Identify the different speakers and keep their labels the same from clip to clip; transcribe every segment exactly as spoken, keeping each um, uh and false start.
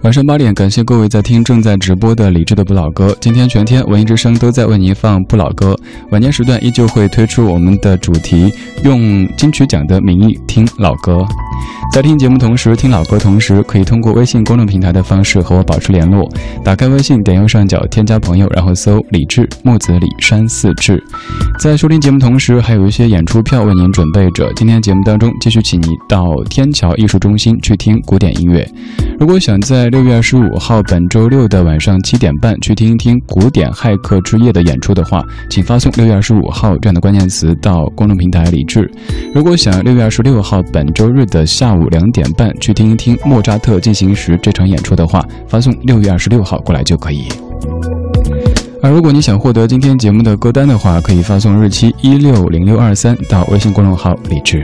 Speaker 1: 晚上八点，感谢各位在听正在直播的理智的不老歌。今天全天文艺之声都在为您放不老歌，晚间时段依旧会推出我们的主题，用金曲奖的名义听老歌。在听节目同时，听老歌同时，可以通过微信公众平台的方式和我保持联络。打开微信，点右上角添加朋友，然后搜李志，木子李，山寺志。在收听节目同时，还有一些演出票为您准备着。今天节目当中，继续请你到天桥艺术中心去听古典音乐。如果想在六月二十五号本周六的晚上七点半去听一听古典骇客之夜的演出的话，请发送六月二十五号这样的关键词到公众平台李志。如果想六月二十六号本周日的下午两点半去听一听莫扎特进行时这场演出的话，发送六月二十六号过来就可以。而如果你想获得今天节目的歌单的话，可以发送日期一六零六二三到微信公众号李志。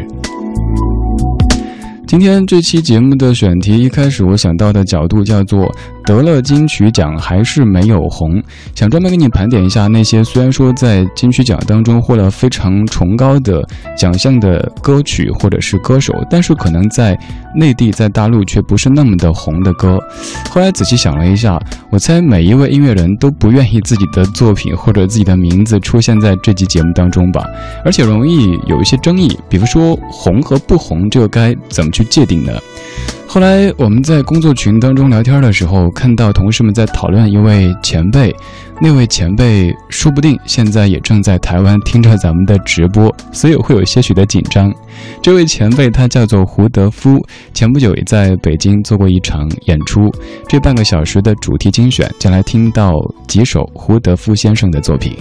Speaker 1: 今天这期节目的选题，一开始我想到的角度叫做得了金曲奖还是没有红，想专门给你盘点一下那些虽然说在金曲奖当中获得非常崇高的奖项的歌曲或者是歌手，但是可能在内地在大陆却不是那么的红的歌。后来仔细想了一下，我猜每一位音乐人都不愿意自己的作品或者自己的名字出现在这期节目当中吧，而且容易有一些争议，比如说红和不红这个该怎么去界定呢？后来我们在工作群当中聊天的时候，看到同事们在讨论一位前辈，那位前辈说不定现在也正在台湾听着咱们的直播，所以会有些许的紧张。这位前辈他叫做胡德夫，前不久也在北京做过一场演出，这半个小时的主题精选将来听到几首胡德夫先生的作品。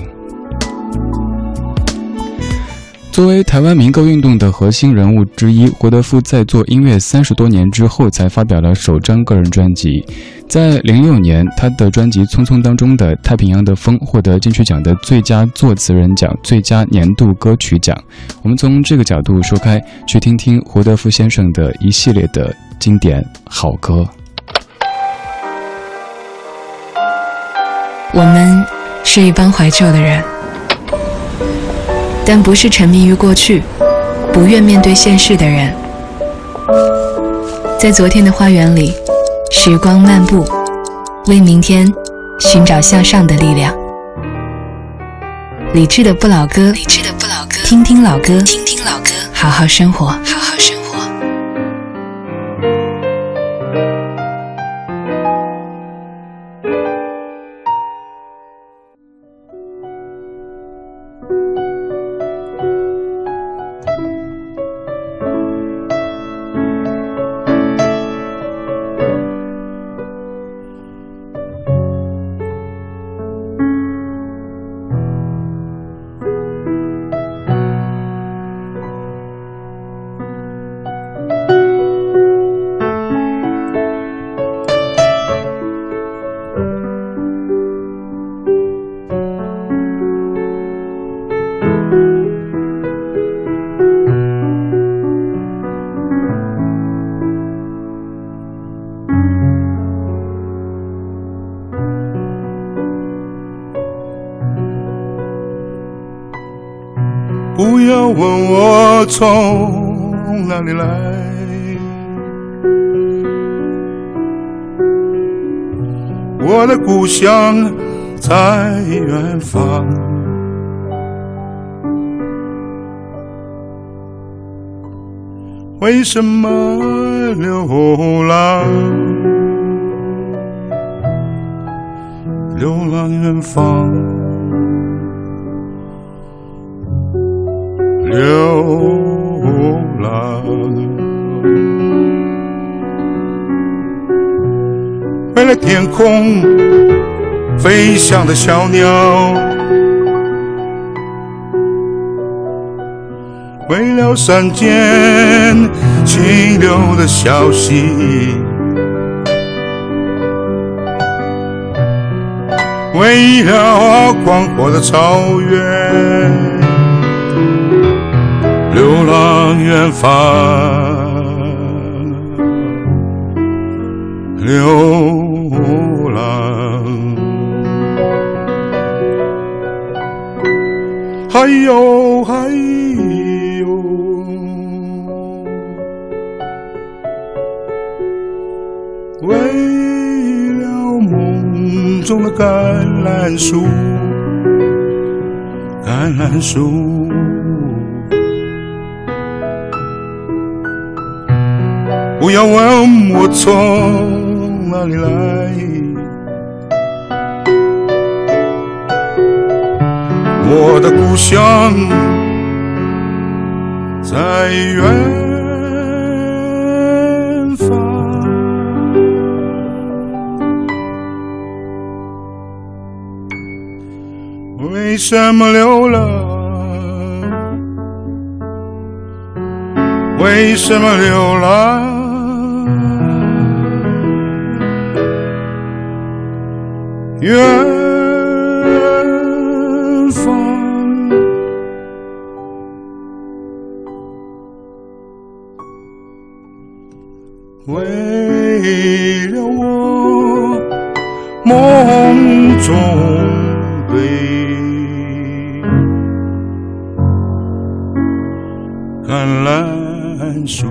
Speaker 1: 作为台湾民歌运动的核心人物之一，胡德夫在做音乐三十多年之后才发表了首张个人专辑。在零六年，他的专辑《匆匆》当中的《太平洋的风》获得金曲奖的最佳作词人奖、最佳年度歌曲奖。我们从这个角度说开，去听听胡德夫先生的一系列的经典好歌。
Speaker 2: 我们是一帮怀旧的人，但不是沉迷于过去不愿面对现实的人。在昨天的花园里，时光漫步，为明天寻找向上的力量。理智的不老歌，理智的不老歌，听听老歌，听听老歌，好好生活，好好生活。
Speaker 3: 不要问我从哪里来，我的故乡在远方。为什么流浪，流浪远方，流浪，为了天空飞翔的小鸟，为了山间清流的小溪，为了广阔的草原，流浪远方，流浪。还有还有，为中的橄榄树，橄榄树。不要问我从哪里来，我的故乡在远方。为什么流浪？为什么流浪？远方，为了我梦中的橄榄树。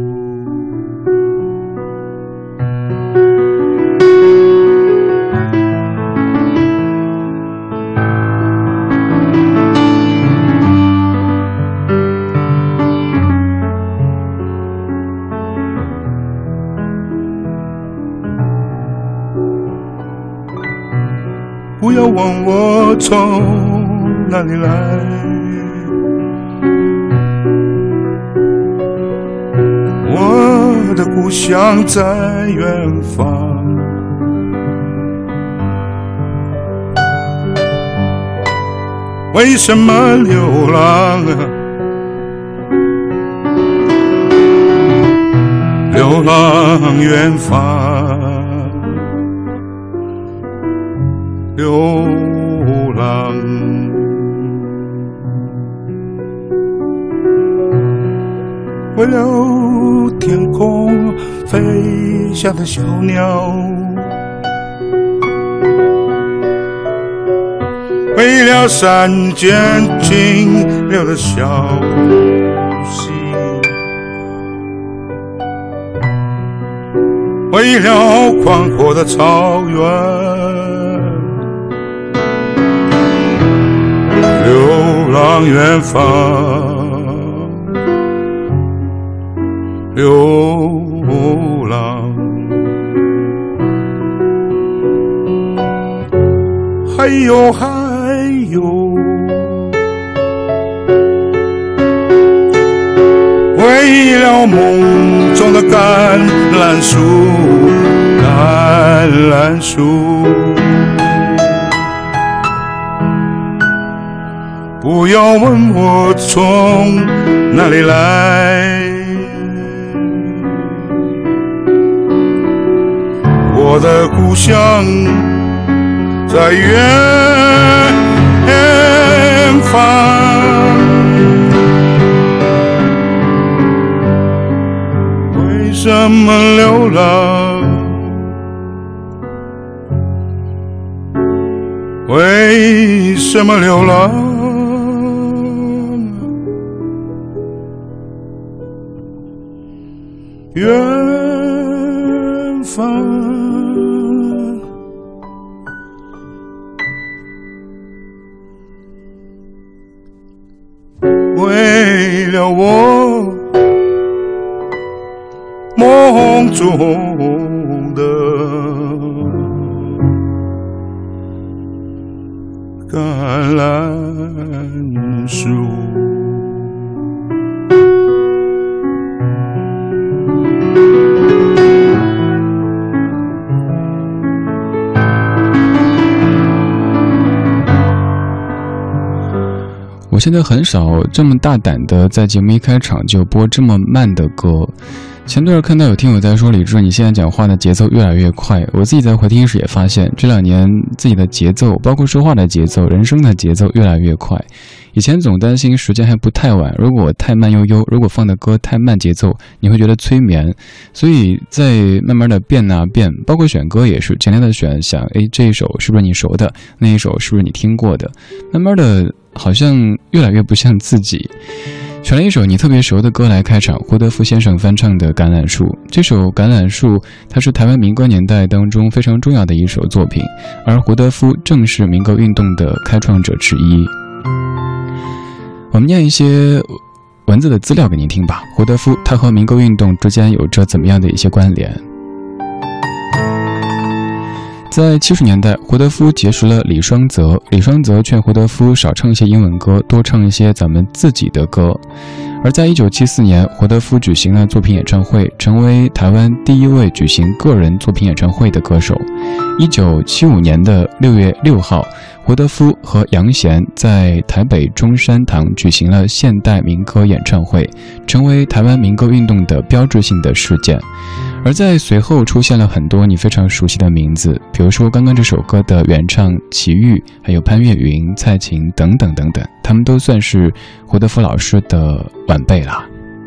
Speaker 3: 不要问我从哪里来，我的故乡在远方。为什么流浪啊？流浪远方。流浪，为了天空飞翔的小鸟，为了山间清流的小溪，为了宽阔的草原。流浪远方，流浪，还有还有，为了梦中的橄榄树，橄榄树。不要问我从哪里来，我的故乡在远方。为什么流浪？为什么流浪？远方，为了我梦中的橄榄树。
Speaker 1: 我现在很少这么大胆的在节目一开场就播这么慢的歌。前段看到有听友在说，李志你现在讲话的节奏越来越快，我自己在回听时也发现这两年自己的节奏，包括说话的节奏，人生的节奏越来越快。以前总担心时间还不太晚，如果我太慢悠悠，如果放的歌太慢节奏，你会觉得催眠，所以在慢慢的变啊变，包括选歌也是前天的选，想诶这一首是不是你熟的，那一首是不是你听过的，慢慢的好像越来越不像自己。 选了一首你特别熟的歌来开场，胡德夫先生翻唱的《橄榄树》。这首《橄榄树》它是台湾民歌年代当中非常重要的一首作品，而胡德夫正是民歌运动的开创者之一。我们念一些文字的资料给您听吧。胡德夫他和民歌运动之间有着怎么样的一些关联？在七十年代，胡德夫结识了李双泽，李双泽劝胡德夫少唱一些英文歌，多唱一些咱们自己的歌。而在一九七四年，胡德夫举行了作品演唱会，成为台湾第一位举行个人作品演唱会的歌手。一九七五年的六月六号，胡德夫和杨贤在台北中山堂举行了现代民歌演唱会，成为台湾民歌运动的标志性的事件。而在随后出现了很多你非常熟悉的名字，比如说刚刚这首歌的原唱齐豫，还有潘越云、蔡琴等等等等，他们都算是胡德夫老师的晚辈啦。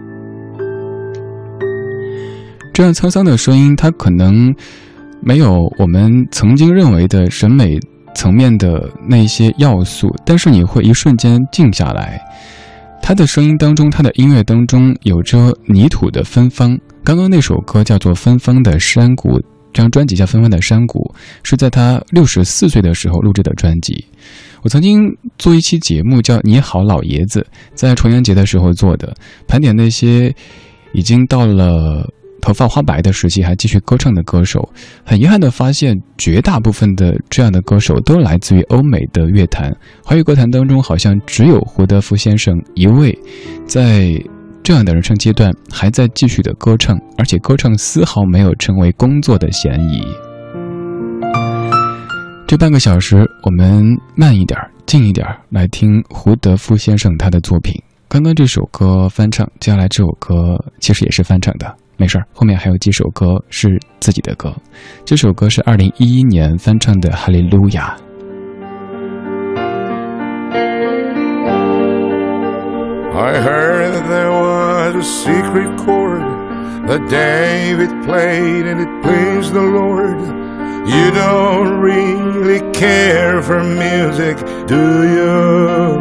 Speaker 1: 这样沧桑的声音，它可能没有我们曾经认为的审美层面的那些要素，但是你会一瞬间静下来。他的声音当中，他的音乐当中有着泥土的芬芳。刚刚那首歌叫做《芬芳的山谷》，这张专辑叫《芬芳的山谷》，是在他六十四岁的时候录制的专辑。我曾经做一期节目叫《你好老爷子》，在重阳节的时候做的，盘点那些已经到了头发花白的时期还继续歌唱的歌手。很遗憾的发现，绝大部分的这样的歌手都来自于欧美的乐坛，华语歌坛当中好像只有胡德夫先生一位在这样的人生阶段还在继续的歌唱，而且歌唱丝毫没有成为工作的嫌疑。这半个小时我们慢一点静一点来听胡德夫先生他的作品。刚刚这首歌翻唱，接下来这首歌其实也是翻唱的，没事，后面还有几首歌是自己的歌。这首歌是二零一一年翻唱的《哈利路亚》。
Speaker 3: I heard that there was a secret chord that David played and it pleased the Lord. You don't really care for music, do you?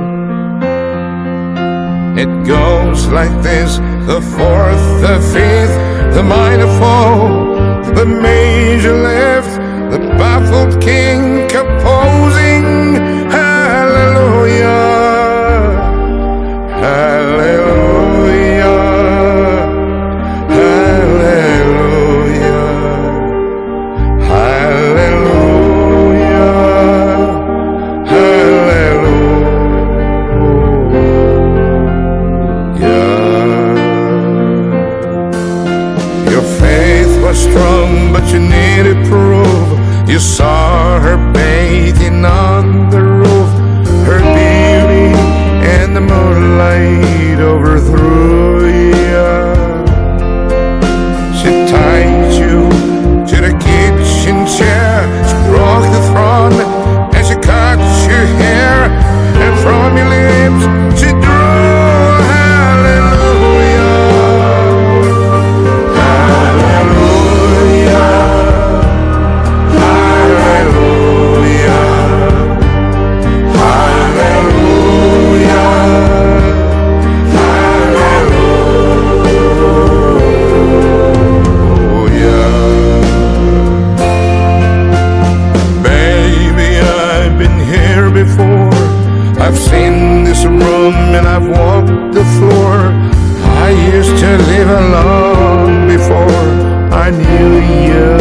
Speaker 3: It goes like this: the fourth, the fifth, the minor fall, the major left, the baffled king composing hallelujah. Hallelujah, hallelujah, hallelujah, hallelujah. Your faith was strong, but you needed proof. You saw her bathing on the roof, her beauty and the moonlight overthrew you. She tied you to the kitchen chair, she broke the throne and she cut your hair, and from your lips she drew hallelujah, hallelujah, hallelujah, hallelujah. I've seen this room and I've walked the floor. I used to live alone before I knew you.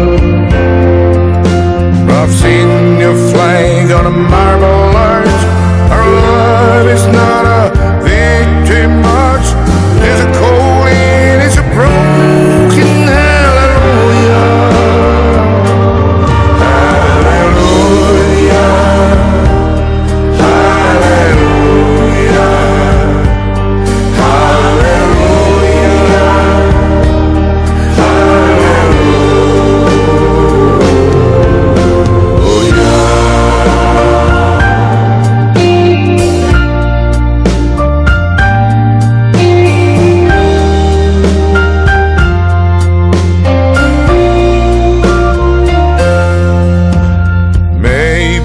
Speaker 3: I've seen your flag on a marble arch. Our love is not a victory march. There's a cold and it's a broken hallelujah.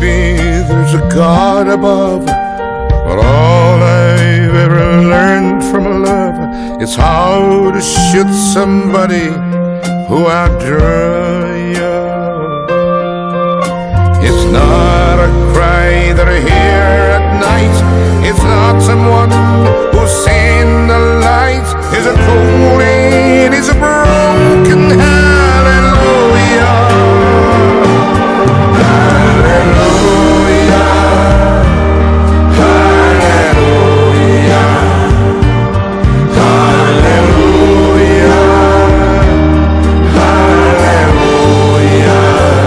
Speaker 3: God above, but all I've ever learned from It's hard to shoot somebody who outdrew you. It's not a cry that I hear at night. It's not someone who's seen the light. It's a cold and it's a broken hallelujah. Hallelujah. Hallelujah. Hallelujah. Hallelujah.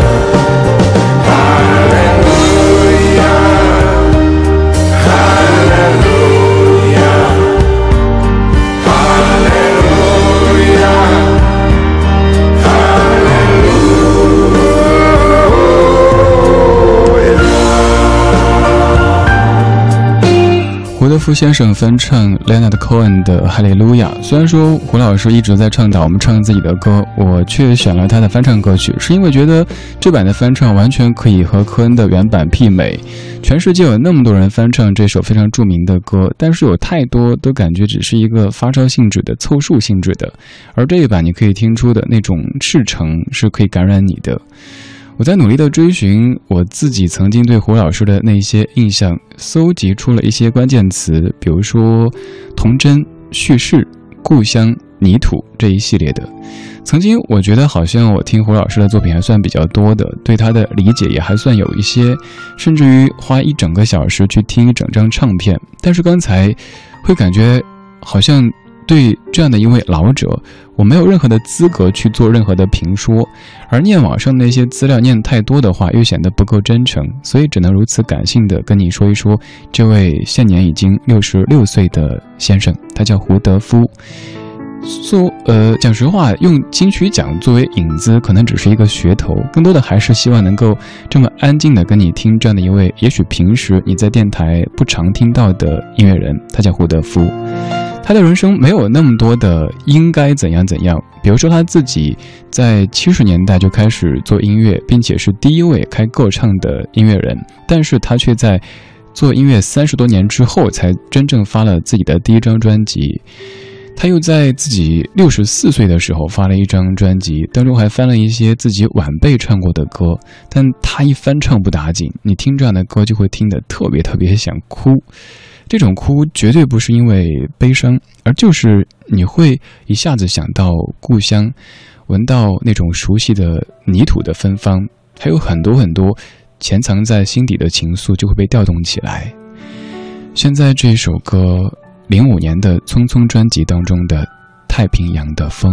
Speaker 1: 胡德夫先生翻唱 Leonard Cohen 的《哈利路亚》。虽然说胡老师一直在倡导我们唱自己的歌，我却选了他的翻唱歌曲，是因为觉得这版的翻唱完全可以和科恩的原版媲美。全世界有那么多人翻唱这首非常著名的歌，但是有太多都感觉只是一个发烧性质的、凑数性质的，而这一版你可以听出的那种赤诚是可以感染你的。我在努力的追寻我自己曾经对胡老师的那些印象，搜集出了一些关键词，比如说童真、叙事、故乡、泥土这一系列的。曾经我觉得好像我听胡老师的作品还算比较多的，对他的理解也还算有一些，甚至于花一整个小时去听一整张唱片。但是刚才会感觉好像对这样的一位老者，我没有任何的资格去做任何的评说，而念网上那些资料念太多的话又显得不够真诚，所以只能如此感性的跟你说一说这位现年已经六十六岁的先生，他叫胡德夫。说呃，讲实话，用金曲奖作为引子可能只是一个噱头，更多的还是希望能够这么安静的跟你听这样的一位也许平时你在电台不常听到的音乐人，他叫胡德夫。他的人生没有那么多的应该怎样怎样，比如说他自己在七十年代就开始做音乐，并且是第一位开歌唱的音乐人，但是他却在做音乐三十多年之后才真正发了自己的第一张专辑。他又在自己六十四岁的时候发了一张专辑，当中还翻了一些自己晚辈唱过的歌，但他一翻唱不打紧，你听这样的歌就会听得特别特别想哭。这种哭绝对不是因为悲伤，而就是你会一下子想到故乡，闻到那种熟悉的泥土的芬芳，还有很多很多潜藏在心底的情愫就会被调动起来。现在这首歌零五年的匆匆专辑当中的太平洋的风。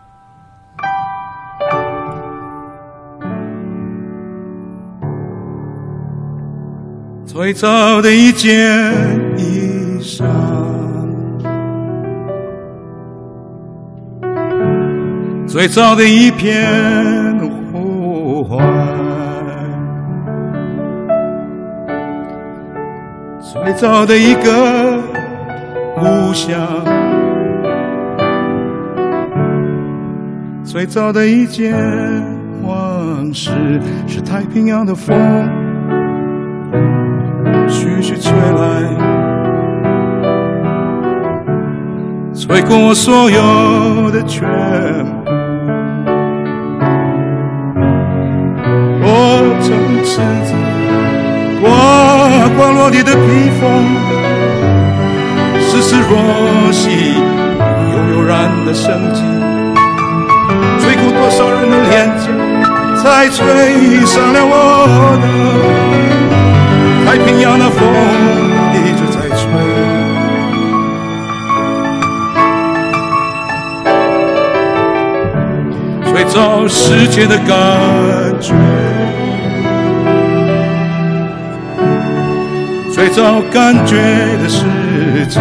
Speaker 4: 最早的一件衣裳，最早的一片呼唤，最早的一个故乡，最早的一件往事，是太平洋的风徐徐吹来，吹过我所有的全部。我从赤子呱呱落地的披风，丝丝若细悠悠然的生机，吹过多少人的脸颊，才吹上了我的。太平洋的风一直在吹，吹走世界的感觉，吹走感觉的世界。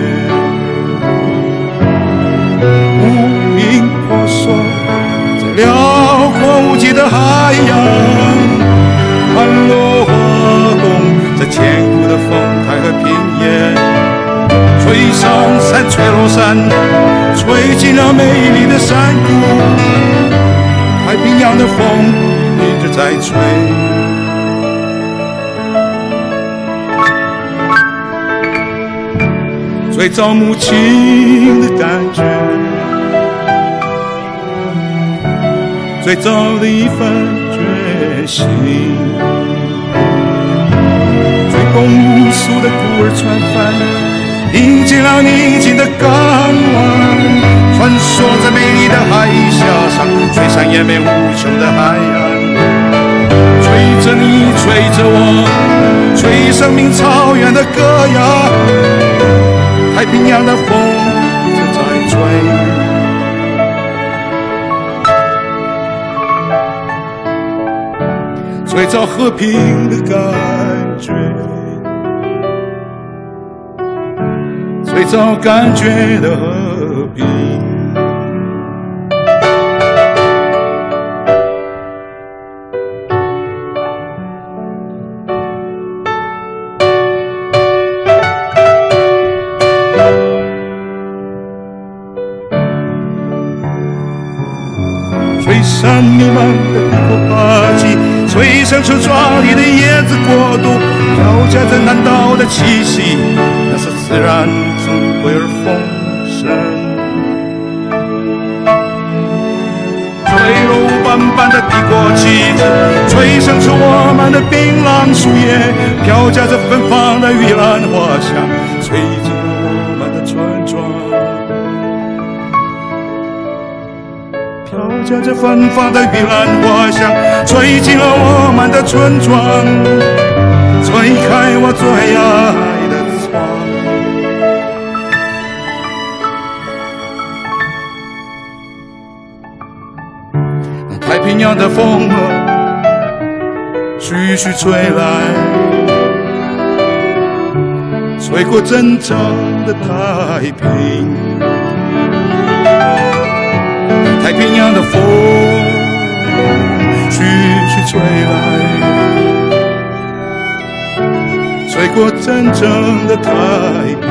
Speaker 4: 无影婆娑在辽阔无际的海洋，盘落花动在千古的风台和平原，吹上山吹落山，吹进了美丽的山谷。太平洋的风一直在吹，吹最早母亲的感觉，最早的一份决心，最公无数的孤儿船帆，迎接了宁静的港湾，穿梭在美丽的海峡上，吹上延绵无穷的海岸，吹着你，吹着我，吹生命草原的歌谣，太平洋的风正在吹。最早和平的感觉，最早感觉的和平。吹上弥漫的帝国霸气，吹上车壮丽的椰子国度，飘夹着南岛的气息，那是自然智慧而丰盛。吹落斑斑的帝国旗帜，吹上出我们的槟榔树叶，飘夹着芬芳的玉兰花香，吹进了我们的村庄。飘夹着芬芳的玉兰花香，吹进了我们的村庄，吹开我最爱的窗。那太平洋的风儿徐徐吹来，吹过真正的太平。太平洋的风徐徐吹来，吹过真正的太平。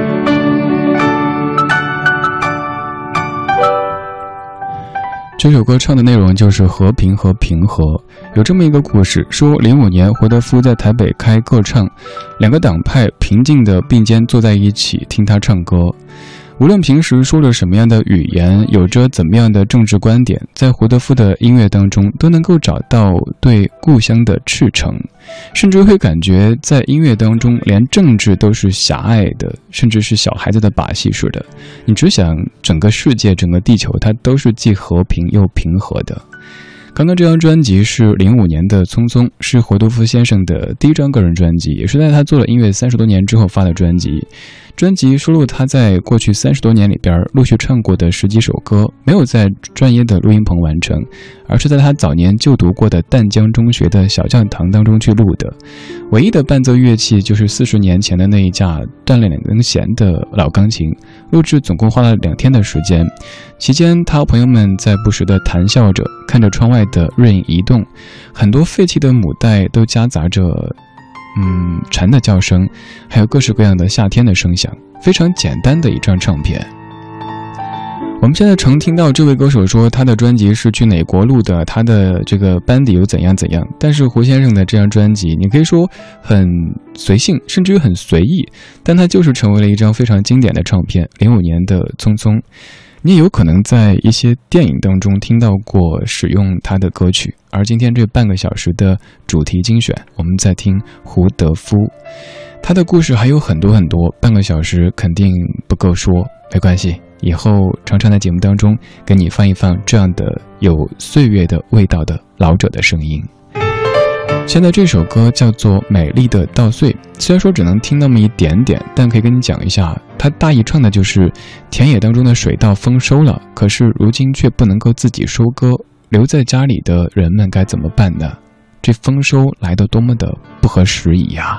Speaker 1: 这首歌唱的内容就是和平和平和。有这么一个故事，说零五年胡德夫在台北开歌唱，两个党派平静地并肩坐在一起听他唱歌。无论平时说了什么样的语言，有着怎么样的政治观点，在胡德夫的音乐当中都能够找到对故乡的赤诚，甚至会感觉在音乐当中连政治都是狭隘的，甚至是小孩子的把戏似的。你只想整个世界整个地球它都是既和平又平和的。刚刚这张专辑是零五年的《匆匆》，是胡德夫先生的第一张个人专辑，也是在他做了音乐三十多年之后发的专辑。专辑收录他在过去三十多年里边陆续唱过的十几首歌，没有在专业的录音棚完成，而是在他早年就读过的淡江中学的小教堂当中去录的。唯一的伴奏乐器就是四十年前的那一架锻炼两根弦的老钢琴，录制总共花了两天的时间。期间他和朋友们在不时地谈笑着，看着窗外的瑞影移动，很多废弃的母带都夹杂着嗯，蝉的叫声，还有各式各样的夏天的声响，非常简单的一张唱片。我们现在常听到这位歌手说他的专辑是去哪国录的，他的这个班底又怎样怎样，但是胡先生的这张专辑你可以说很随性，甚至于很随意，但它就是成为了一张非常经典的唱片，零五年的《匆匆》。你也有可能在一些电影当中听到过使用他的歌曲，而今天这半个小时的主题精选，我们在听胡德夫。他的故事还有很多很多，半个小时肯定不够说，没关系，以后常常在节目当中给你放一放这样的有岁月的味道的老者的声音。现在这首歌叫做《美丽的稻穗》，虽然说只能听那么一点点，但可以跟你讲一下，它大意唱的就是田野当中的水稻丰收了，可是如今却不能够自己收割，留在家里的人们该怎么办呢？这丰收来得多么的不合时宜呀！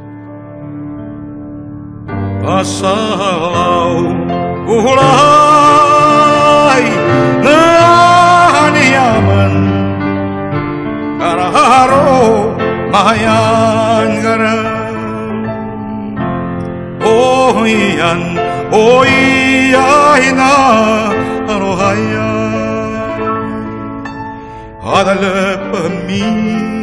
Speaker 4: Araharo mahayan garam Ohiyan oiyahina arohaya Adalapami